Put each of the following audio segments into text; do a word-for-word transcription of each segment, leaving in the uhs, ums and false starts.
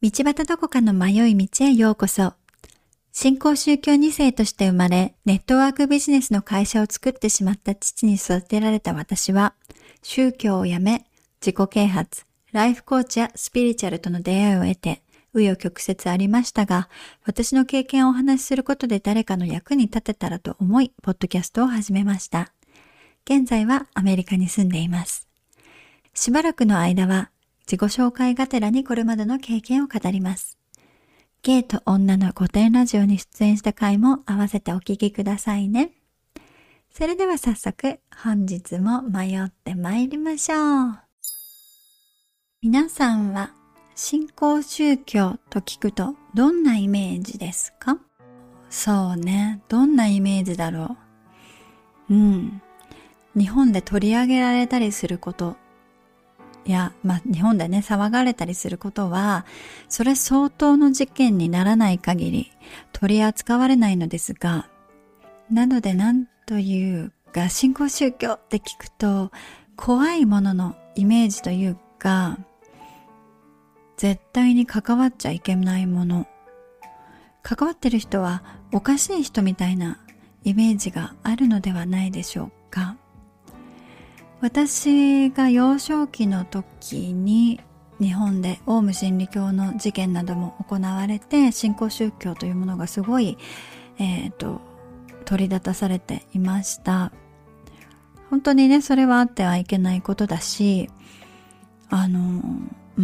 道端どこかの迷い道へようこそ。新興宗教に世として生まれ、ネットワークビジネスの会社を作ってしまった父に育てられた私は、宗教をやめ、自己啓発、ライフコーチやスピリチュアルとの出会いを得て、紆余曲折ありましたが、私の経験をお話しすることで誰かの役に立てたらと思い、ポッドキャストを始めました。現在はアメリカに住んでいます。しばらくの間は、自己紹介がてらにこれまでの経験を語ります。ゲイと女の御殿ラジオに出演した回も合わせてお聞きくださいね。それでは早速、本日も迷って参りましょう。皆さんは新興宗教と聞くとどんなイメージですか？そうね、どんなイメージだろう。うん。日本で取り上げられたりすることいや、まあ、日本でね、騒がれたりすることは、それ相当の事件にならない限り取り扱われないのですが、なのでなんというか、新興宗教って聞くと、怖いもののイメージというか、絶対に関わっちゃいけないもの。関わってる人はおかしい人みたいなイメージがあるのではないでしょうか。私が幼少期の時に日本でオウム真理教の事件なども行われて、新興宗教というものがすごい、えーと、取り立たされていました。本当にね、それはあってはいけないことだし、あの、うん、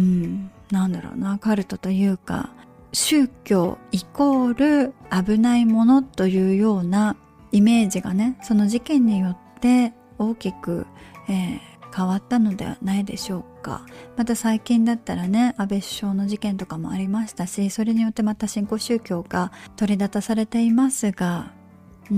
なんだろうな、カルトというか、宗教イコール危ないものというようなイメージがね、その事件によって大きくえー、変わったのではないでしょうか。また最近だったらね、安倍首相の事件とかもありましたし、それによってまた新興宗教が取り立たされていますが、うん、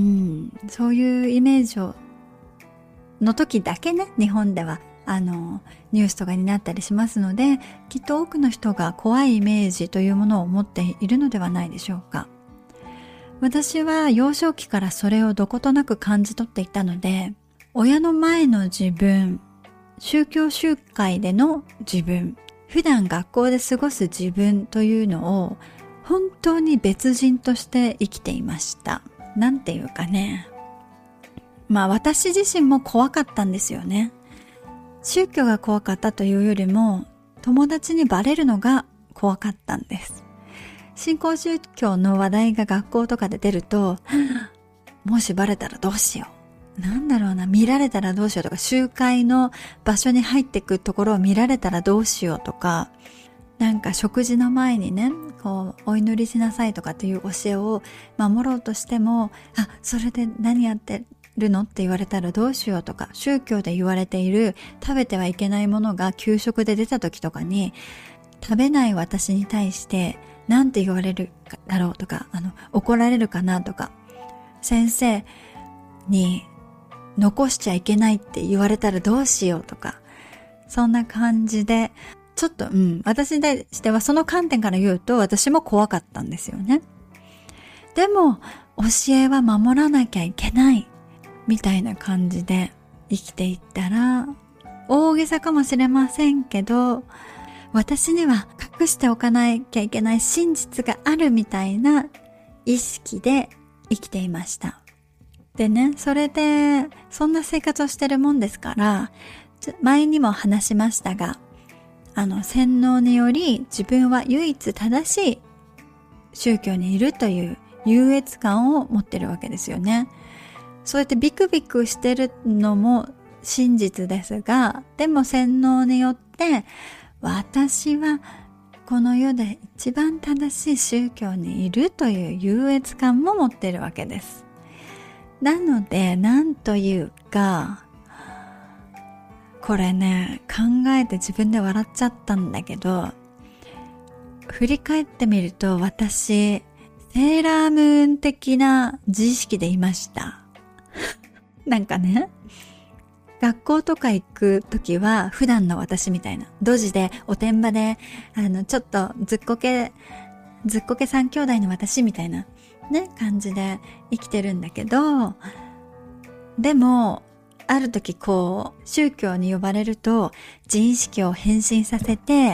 そういうイメージをの時だけね、日本ではあのニュースとかになったりしますので、きっと多くの人が怖いイメージというものを持っているのではないでしょうか。私は幼少期からそれをどことなく感じ取っていたので、親の前の自分、宗教集会での自分、普段学校で過ごす自分というのを本当に別人として生きていました。なんていうかね。まあ私自身も怖かったんですよね。宗教が怖かったというよりも、友達にバレるのが怖かったんです。新興宗教の話題が学校とかで出ると、もしバレたらどうしよう。なんだろうな、見られたらどうしようとか、集会の場所に入ってくところを見られたらどうしようとか、なんか食事の前にね、こうお祈りしなさいとかっていう教えを守ろうとしても、あ、それで何やってるのって言われたらどうしようとか、宗教で言われている食べてはいけないものが給食で出た時とかに、食べない私に対してなんて言われるだろうとか、あの怒られるかなとか、先生に残しちゃいけないって言われたらどうしようとか、そんな感じで、ちょっと、うん、私にしてはその観点から言うと私も怖かったんですよね。でも、教えは守らなきゃいけない、みたいな感じで生きていったら、大げさかもしれませんけど、私には隠しておかなきゃいけない真実があるみたいな意識で生きていました。でね、それでそんな生活をしてるもんですから、前にも話しましたが、あの洗脳により自分は唯一正しい宗教にいるという優越感を持ってるわけですよね。そうやってビクビクしてるのも真実ですが、でも洗脳によって私はこの世で一番正しい宗教にいるという優越感も持ってるわけです。なので、なんというか、これね、考えて自分で笑っちゃったんだけど、振り返ってみると私、セーラームーン的な自意識でいました。なんかね、学校とか行くときは普段の私みたいな、ドジでおてんばで、あの、ちょっとずっこけ、ずっこけ三兄弟の私みたいな、ね、感じで生きてるんだけど、でもある時こう宗教に呼ばれると自意識を変身させて、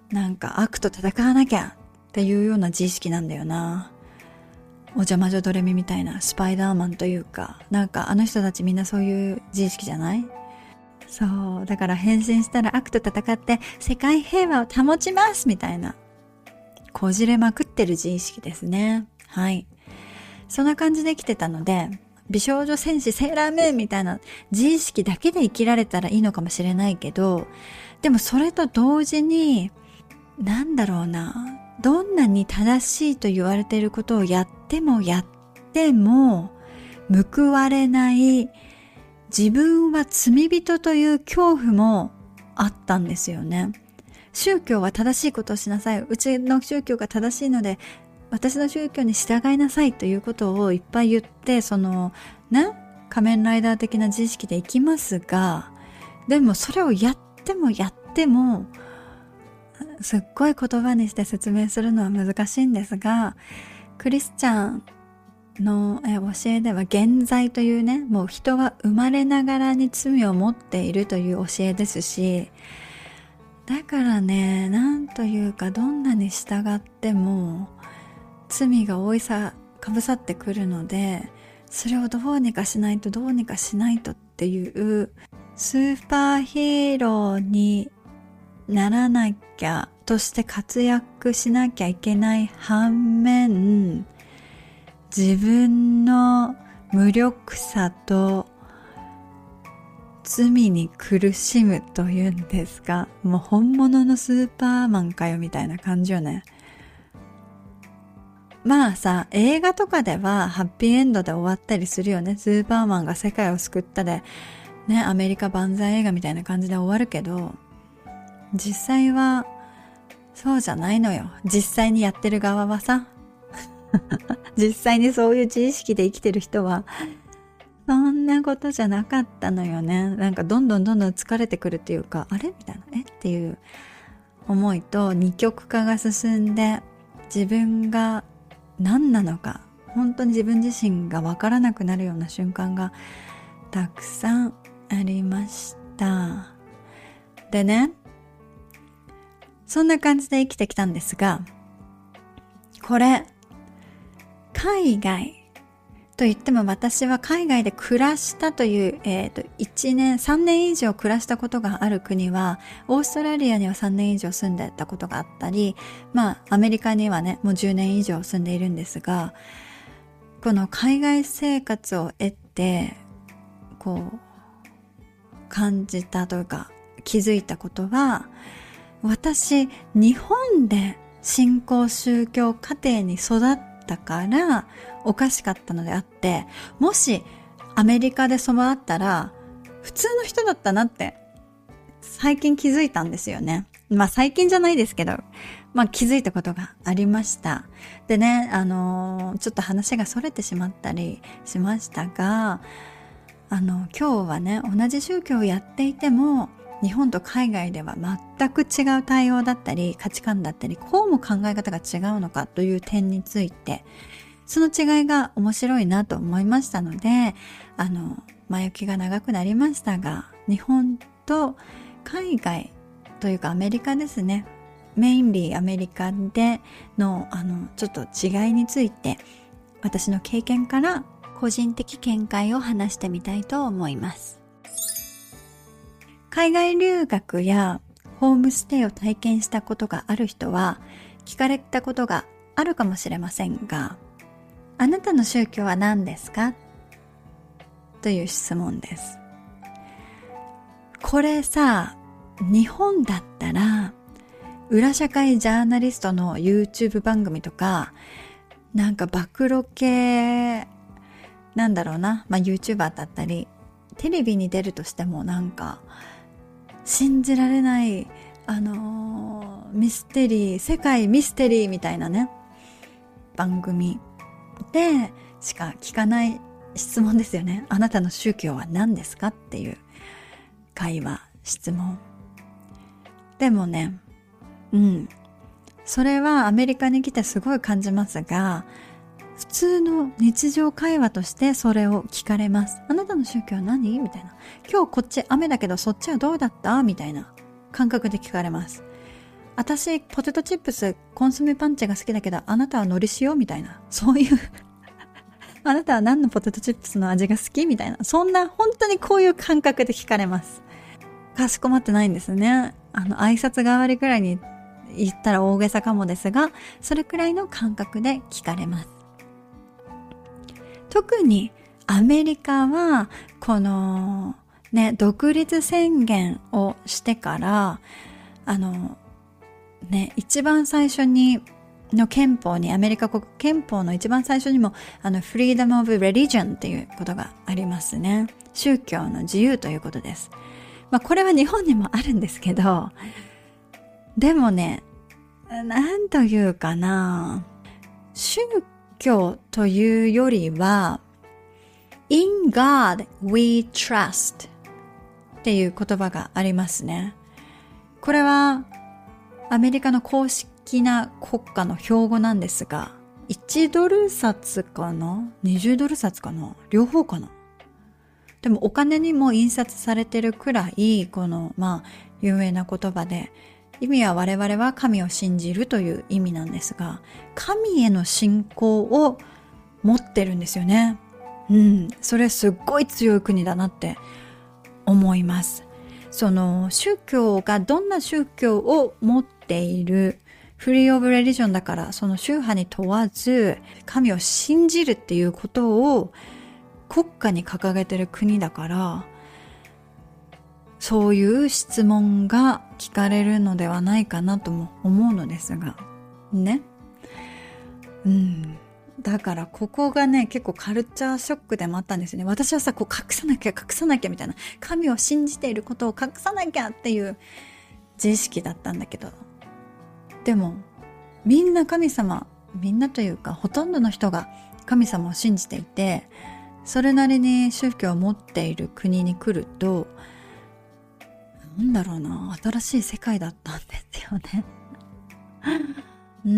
なんか悪と戦わなきゃっていうような自意識なんだよな。お邪魔女ドレミみたいなスパイダーマンというか、なんかあの人たちみんなそういう自意識じゃない？そう。だから変身したら悪と戦って世界平和を保ちますみたいな。こじれまくってる自意識ですね。はい。そんな感じで生きてたので、美少女戦士セーラームーンみたいな自意識だけで生きられたらいいのかもしれないけど、でもそれと同時に、なんだろうな、どんなに正しいと言われていることをやってもやっても報われない自分は罪人という恐怖もあったんですよね。宗教は正しいことをしなさい。うちの宗教が正しいので私の宗教に従いなさいということをいっぱい言って、そのね、仮面ライダー的な自意識でいきますが、でもそれをやってもやってもすっごい言葉にして説明するのは難しいんですが、クリスチャンの教えでは現在というね、もう人は生まれながらに罪を持っているという教えですし、だからね、なんというかどんなに従っても罪が覆いさかぶさってくるので、それをどうにかしないとどうにかしないとっていうスーパーヒーローにならなきゃとして活躍しなきゃいけない反面、自分の無力さと罪に苦しむというんですか、もう本物のスーパーマンかよみたいな感じよね。まあさ、映画とかではハッピーエンドで終わったりするよね。スーパーマンが世界を救ったでね、アメリカ万歳映画みたいな感じで終わるけど、実際はそうじゃないのよ。実際にやってる側はさ実際にそういう自意識で生きてる人はそんなことじゃなかったのよね。なんかどんどんどんどん疲れてくるっていうか、あれみたいな、えっていう思いと二極化が進んで、自分が何なのか本当に自分自身が分からなくなるような瞬間がたくさんありました。でね、そんな感じで生きてきたんですが、これ海外と言っても私は海外で暮らしたという、えっと、いちねん、さんねん以上暮らしたことがある国は、オーストラリアにはさんねん以上住んでたことがあったり、まあ、アメリカにはね、もうじゅうねん以上住んでいるんですが、この海外生活を得て、こう、感じたというか、気づいたことは、私、日本で新興宗教家庭に育ったからおかしかったのであって、もしアメリカで育ったら普通の人だったなって最近気づいたんですよね。まあ最近じゃないですけど、まあ気づいたことがありました。でね、あのー、ちょっと話が逸れてしまったりしましたが、あの、今日はね、同じ宗教をやっていても、日本と海外では全く違う対応だったり価値観だったり、こうも考え方が違うのかという点について、その違いが面白いなと思いましたので、あの前置きが長くなりましたが、日本と海外というかアメリカですね、メインリーアメリカでのあのちょっと違いについて、私の経験から個人的見解を話してみたいと思います。海外留学やホームステイを体験したことがある人は聞かれたことがあるかもしれませんが、あなたの宗教は何ですかという質問です。これさ、日本だったら裏社会ジャーナリストの YouTube 番組とか、なんか暴露系なんだろうな、まあ YouTuber だったり、テレビに出るとしてもなんか信じられないあのー、ミステリー、世界ミステリーみたいなね番組でしか聞かない質問ですよね。あなたの宗教は何ですかっていう会話、質問。でもね、うんそれはアメリカに来てすごい感じますが、普通の日常会話としてそれを聞かれます。あなたの宗教は何みたいな。今日こっち雨だけどそっちはどうだったみたいな感覚で聞かれます。 私ポテトチップスコンソメパンチが好きだけどあなたは海苔塩みたいな、そういうあなたは何のポテトチップスの味が好きみたいな、そんな本当にこういう感覚で聞かれます。かしこまってないんですね。あの挨拶代わりくらいに言ったら大げさかもですが、それくらいの感覚で聞かれます。特にアメリカはこのね独立宣言をしてからあのね一番最初にの憲法に、アメリカ国憲法の一番最初にもあの Freedom of Religion っていうことがありますね。宗教の自由ということです。まあこれは日本にもあるんですけど、でもね、なんというかな、宗教というよりは In God we trust っていう言葉がありますね。これはアメリカの公式な国家の標語なんですが、いちドル札かな ?にじゅう ドル札かな、両方かな。でもお金にも印刷されてるくらい、この、まあ、有名な言葉で、意味は我々は神を信じるという意味なんですが、神への信仰を持ってるんですよね。うん、それすっごい強い国だなって思います。その宗教がどんな宗教を持っているフリーオブレリジョンだから、その宗派に問わず神を信じるっていうことを国家に掲げてる国だから、そういう質問が聞かれるのではないかなとも思うのですがね。うん。だからここがね結構カルチャーショックでもあったんですよね。私はさこう隠さなきゃ隠さなきゃみたいな、神を信じていることを隠さなきゃっていう自意識だったんだけど、でもみんな神様、みんなというかほとんどの人が神様を信じていて、それなりに宗教を持っている国に来ると、なんだろうな、新しい世界だったんですよねうん、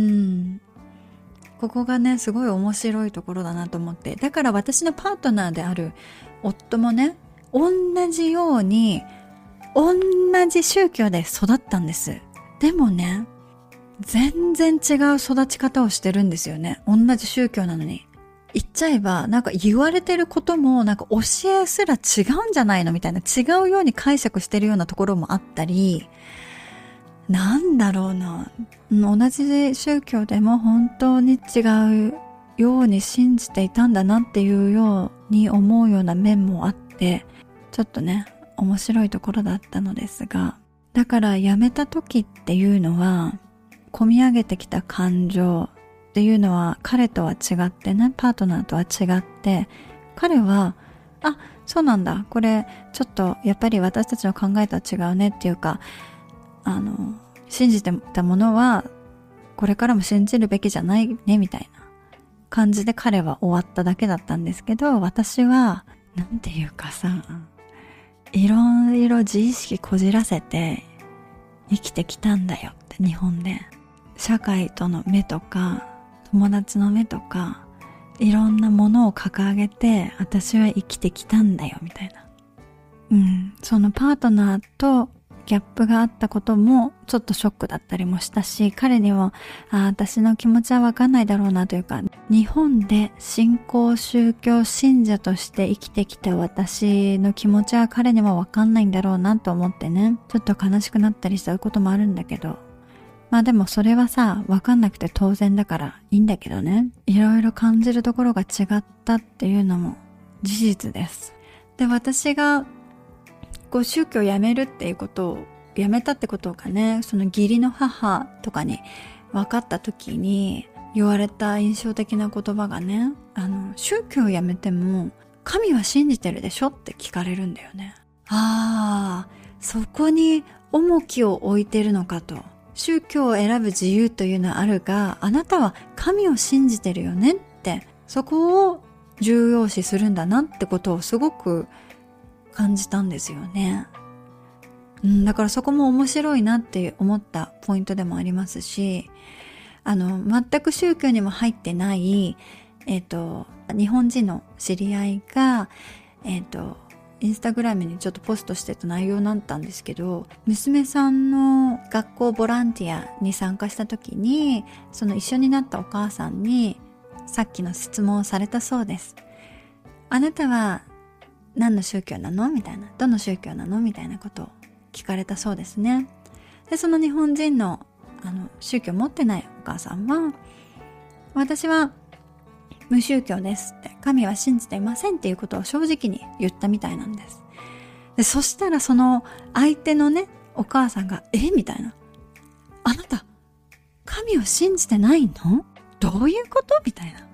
ここがねすごい面白いところだなと思って、だから私のパートナーである夫もね、同じように同じ宗教で育ったんです。でもね全然違う育ち方をしてるんですよね。同じ宗教なのに。言っちゃえばなんか言われてることもなんか教えすら違うんじゃないのみたいな、違うように解釈してるようなところもあったり、なんだろうな、同じ宗教でも本当に違うように信じていたんだなっていうように思うような面もあって、ちょっとね面白いところだったのですが、だから辞めた時っていうのは込み上げてきた感情っていうのは彼とは違ってね、パートナーとは違って、彼はあ、そうなんだ、これちょっとやっぱり私たちの考えとは違うねっていうか、あの信じてたものはこれからも信じるべきじゃないねみたいな感じで彼は終わっただけだったんですけど、私はなんていうかさ、いろいろ自意識こじらせて生きてきたんだよって、日本で社会との目とか友達の目とかいろんなものを掲げて私は生きてきたんだよみたいな。うん、そのパートナーとギャップがあったこともちょっとショックだったりもしたし、彼にもあ私の気持ちはわかんないだろうなというか、日本で新興宗教信者として生きてきた私の気持ちは彼にもわかんないんだろうなと思ってね、ちょっと悲しくなったりしたこともあるんだけど、まあでもそれはさわかんなくて当然だからいいんだけどね、いろいろ感じるところが違ったっていうのも事実です。で、私がこう宗教をやめるっていうことをやめたってことがね、その義理の母とかに分かった時に言われた印象的な言葉がね、あの宗教をやめても神は信じてるでしょって聞かれるんだよね。ああ、そこに重きを置いてるのかと。宗教を選ぶ自由というのはあるが、あなたは神を信じてるよねって、そこを重要視するんだなってことをすごく感じたんですよね。うん、だからそこも面白いなって思ったポイントでもありますし、あの全く宗教にも入ってないえっと日本人の知り合いがえっとインスタグラムにちょっとポストしてた内容だったんですけど、娘さんの学校ボランティアに参加した時に、その一緒になったお母さんにさっきの質問をされたそうです。あなたは何の宗教なのみたいな、どの宗教なのみたいなことを聞かれたそうですね。で、その日本人のあの宗教持ってないお母さんは、私は無宗教ですって、神は信じていませんっていうことを正直に言ったみたいなんです。で、そしたらその相手のね、お母さんが、えみたいな。あなた、神を信じてないの？どういうこと？みたいな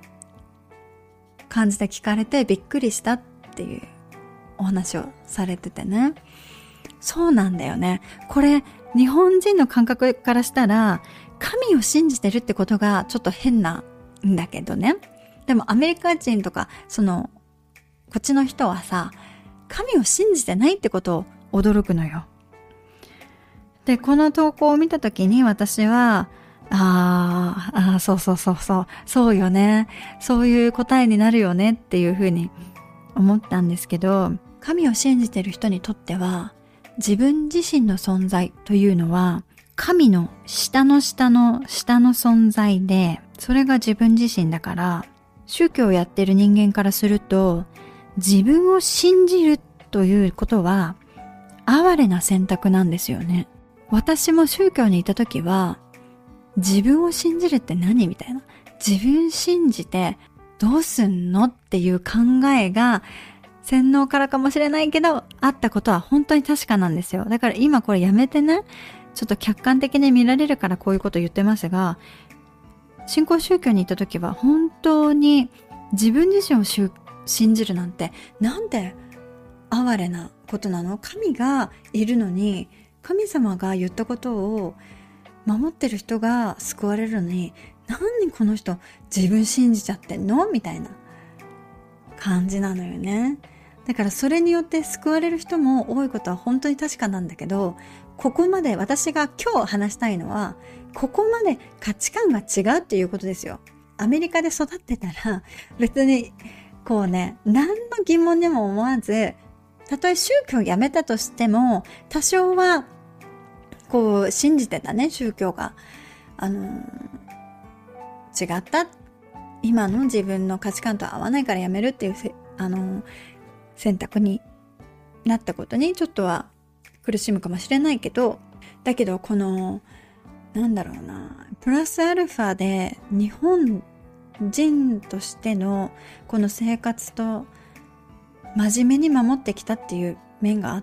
感じで聞かれてびっくりしたっていうお話をされててね。そうなんだよね。これ、日本人の感覚からしたら、神を信じてるってことがちょっと変なんだけどね。でもアメリカ人とか、その、こっちの人はさ、神を信じてないってことを驚くのよ。で、この投稿を見たときに私は、あーあー、そうそうそうそう、そうよね。そういう答えになるよねっていうふうに思ったんですけど、神を信じてる人にとっては、自分自身の存在というのは、神の下の下の下の存在で、それが自分自身だから、宗教をやってる人間からすると、自分を信じるということは、哀れな選択なんですよね。私も宗教にいたときは、自分を信じるって何みたいな。自分信じてどうすんのっていう考えが、洗脳からかもしれないけど、あったことは本当に確かなんですよ。だから今これやめてね、ちょっと客観的に見られるからこういうこと言ってますが、新興宗教に行った時は本当に自分自身を信じるなんて、なんて哀れなことなの？神がいるのに、神様が言ったことを守ってる人が救われるのに、何この人自分信じちゃってんの？みたいな感じなのよね。だからそれによって救われる人も多いことは本当に確かなんだけど、ここまで私が今日話したいのは、ここまで価値観が違うっていうことですよ。アメリカで育ってたら別にこうね、何の疑問にも思わず、たとえ宗教をやめたとしても多少はこう信じてたね、宗教があの違った、今の自分の価値観と合わないからやめるっていうあの選択になったことにちょっとは苦しむかもしれないけど、だけどこのなんだろうな、プラスアルファで日本人としてのこの生活と真面目に守ってきたっていう面があって、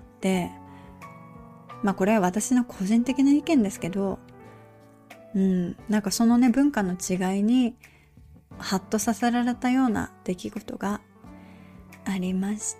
まあこれは私の個人的な意見ですけど、うん、なんかそのね文化の違いにハッとさせられたような出来事がありました。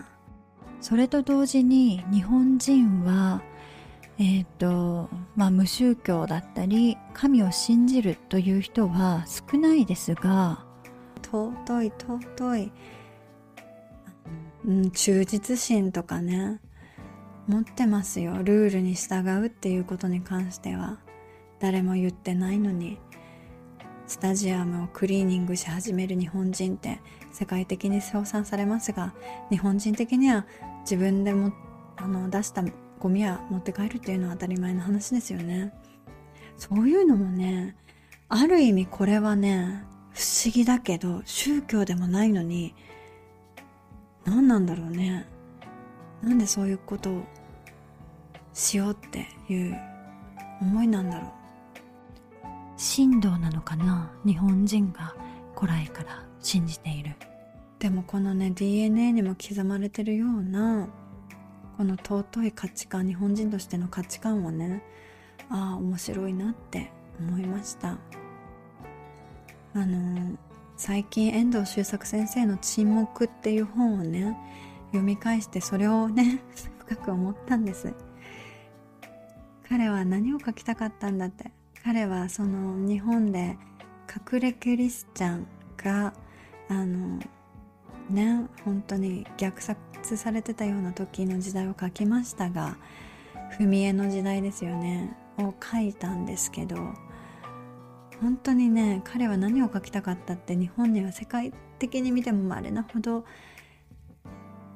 それと同時に日本人はえっとまあ無宗教だったり神を信じるという人は少ないですが、尊い尊い、うん、忠実心とかね持ってますよ。ルールに従うっていうことに関しては誰も言ってないのに、スタジアムをクリーニングし始める日本人って世界的に称賛されますが、日本人的には自分でもあの出したゴミは持って帰るっていうのは当たり前の話ですよね。そういうのもね、ある意味これはね不思議だけど宗教でもないのに、何なんだろうね。なんでそういうことをしようっていう思いなんだろう。神道なのかな、日本人が古来から信じている。でもこのね ディーエヌエー にも刻まれてるようなこの尊い価値観、日本人としての価値観をね、ああ面白いなって思いました。あのー、最近遠藤周作先生の沈黙っていう本をね読み返して、それをね深く思ったんです。彼は何を書きたかったんだって。彼はその日本で隠れキリスチャンがあのね本当に虐殺されてたような時の時代を書きましたが、踏み絵の時代ですよねを書いたんですけど、本当にね彼は何を書きたかったって、日本には世界的に見ても稀なほど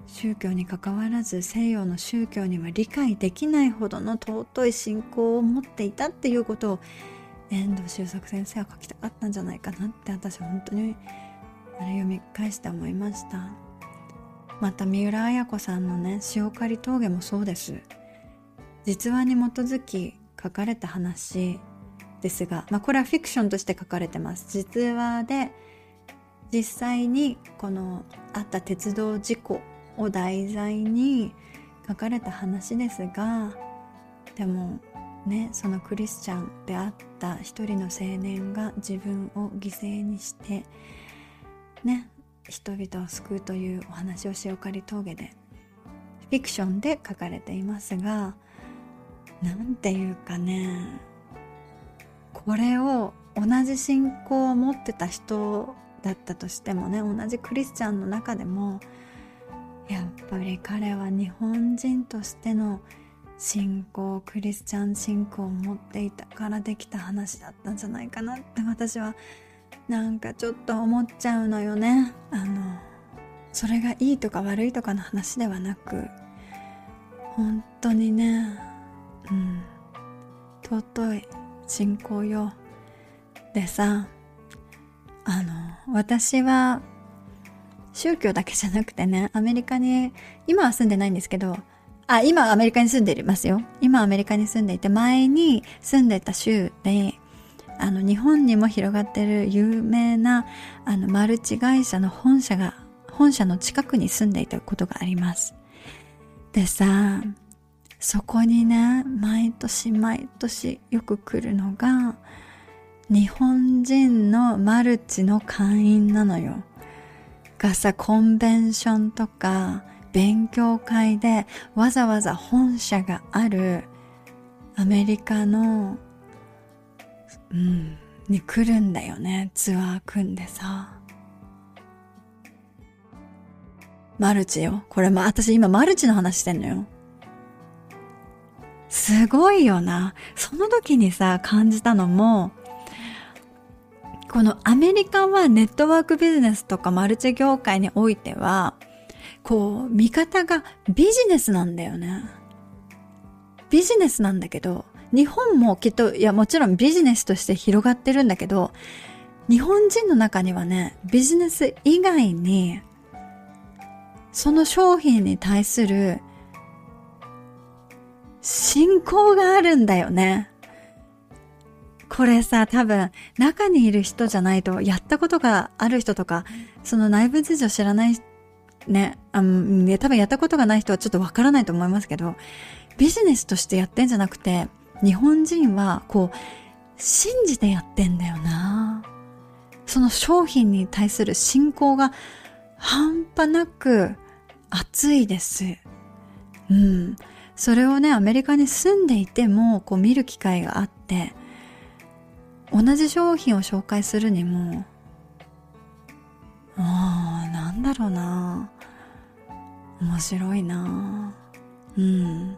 宗教に関わらず西洋の宗教には理解できないほどの尊い信仰を持っていたっていうことを遠藤周作先生は書きたかったんじゃないかなって私は本当にあれ読み返して思いました。また三浦綾子さんのね塩刈峠もそうです。実話に基づき書かれた話ですが、まあ、これはフィクションとして書かれてます。実話で実際にこのあった鉄道事故を題材に書かれた話ですが、でもね、そのクリスチャンであった一人の青年が自分を犠牲にしてね、人々を救うというお話を塩刈峠でフィクションで書かれていますが、なんていうかね、これを同じ信仰を持ってた人だったとしてもね、同じクリスチャンの中でもやっぱり彼は日本人としての信仰、クリスチャン信仰を持っていたからできた話だったんじゃないかなって私はなんかちょっと思っちゃうのよね。あのそれがいいとか悪いとかの話ではなく、本当にね、うん尊い信仰よ。でさ、あの私は宗教だけじゃなくてね、アメリカに今は住んでないんですけど、あ、今アメリカに住んでいますよ。今アメリカに住んでいて、前に住んでた州で、あの日本にも広がってる有名なあのマルチ会社の本社が本社の近くに住んでいたことがあります。でさ、そこにね、毎年毎年よく来るのが日本人のマルチの会員なのよ。がさ、コンベンションとか勉強会でわざわざ本社があるアメリカのうんに来るんだよね。ツアー組んでさ、マルチよ。これま私今マルチの話してんのよ。すごいよな。その時にさ感じたのも、このアメリカはネットワークビジネスとかマルチ業界においてはこう見方がビジネスなんだよね。ビジネスなんだけど、日本もきっといやもちろんビジネスとして広がってるんだけど、日本人の中にはね、ビジネス以外にその商品に対する信仰があるんだよね。これさ、多分中にいる人じゃないと、やったことがある人とかその内部事情知らないね、あの多分やったことがない人はちょっとわからないと思いますけど、ビジネスとしてやってんじゃなくて、日本人はこう信じてやってんだよな。その商品に対する信仰が半端なく熱いです。うん。それをね、アメリカに住んでいてもこう見る機会があって、同じ商品を紹介するにも、ああ、なんだろうな、面白いな。うん。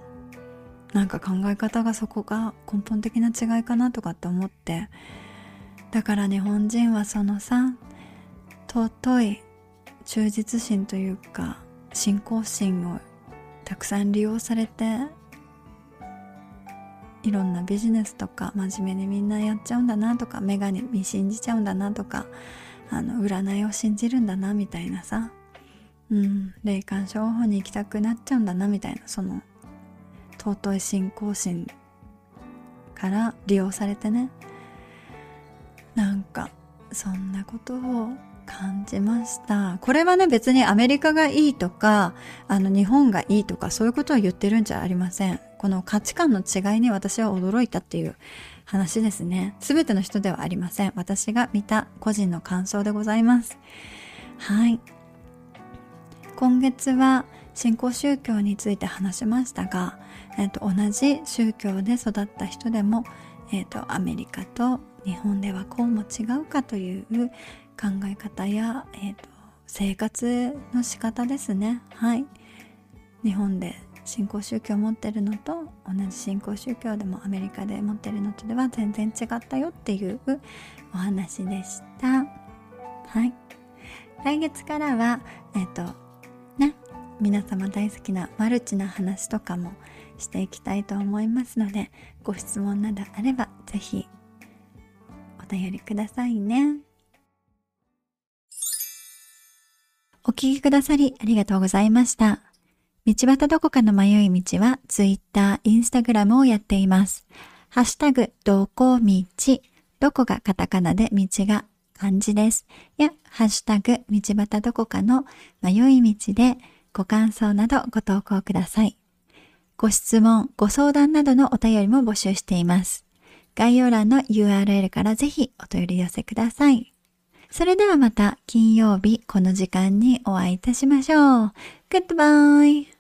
なんか考え方がそこが根本的な違いかなとかって思って、だから日本人はそのさ、尊い忠実心というか信仰心をたくさん利用されて、いろんなビジネスとか真面目にみんなやっちゃうんだなとか、メガネに信じちゃうんだなとか、あの占いを信じるんだなみたいなさ、うん、霊感商法に行きたくなっちゃうんだなみたいな、その尊い信仰心から利用されてね、なんかそんなことを感じました。これはね、別にアメリカがいいとかあの日本がいいとかそういうことを言ってるんじゃありません。この価値観の違いに私は驚いたっていう話ですね。すべての人ではありません。私が見た個人の感想でございます。はい。今月は新興宗教について話しましたが、えーと、同じ宗教で育った人でも、えーと、アメリカと日本ではこうも違うかという考え方や、えーと、生活の仕方ですね。はい。日本で新興宗教を持ってるのと同じ新興宗教でもアメリカで持ってるのとでは全然違ったよっていうお話でした。はい。来月からはえっとね皆様大好きなマルチな話とかもしていきたいと思いますので、ご質問などあればぜひお便りくださいね。お聞きくださりありがとうございました。道端どこかの迷い道は Twitter、Instagram をやっています。ハッシュタグどこみち、どこがカタカナで道が漢字です。や、ハッシュタグ道端どこかの迷い道でご感想などご投稿ください。ご質問、ご相談などのお便りも募集しています。概要欄の ユーアールエル からぜひお取り寄せください。それではまた金曜日この時間にお会いいたしましょう。Goodbye!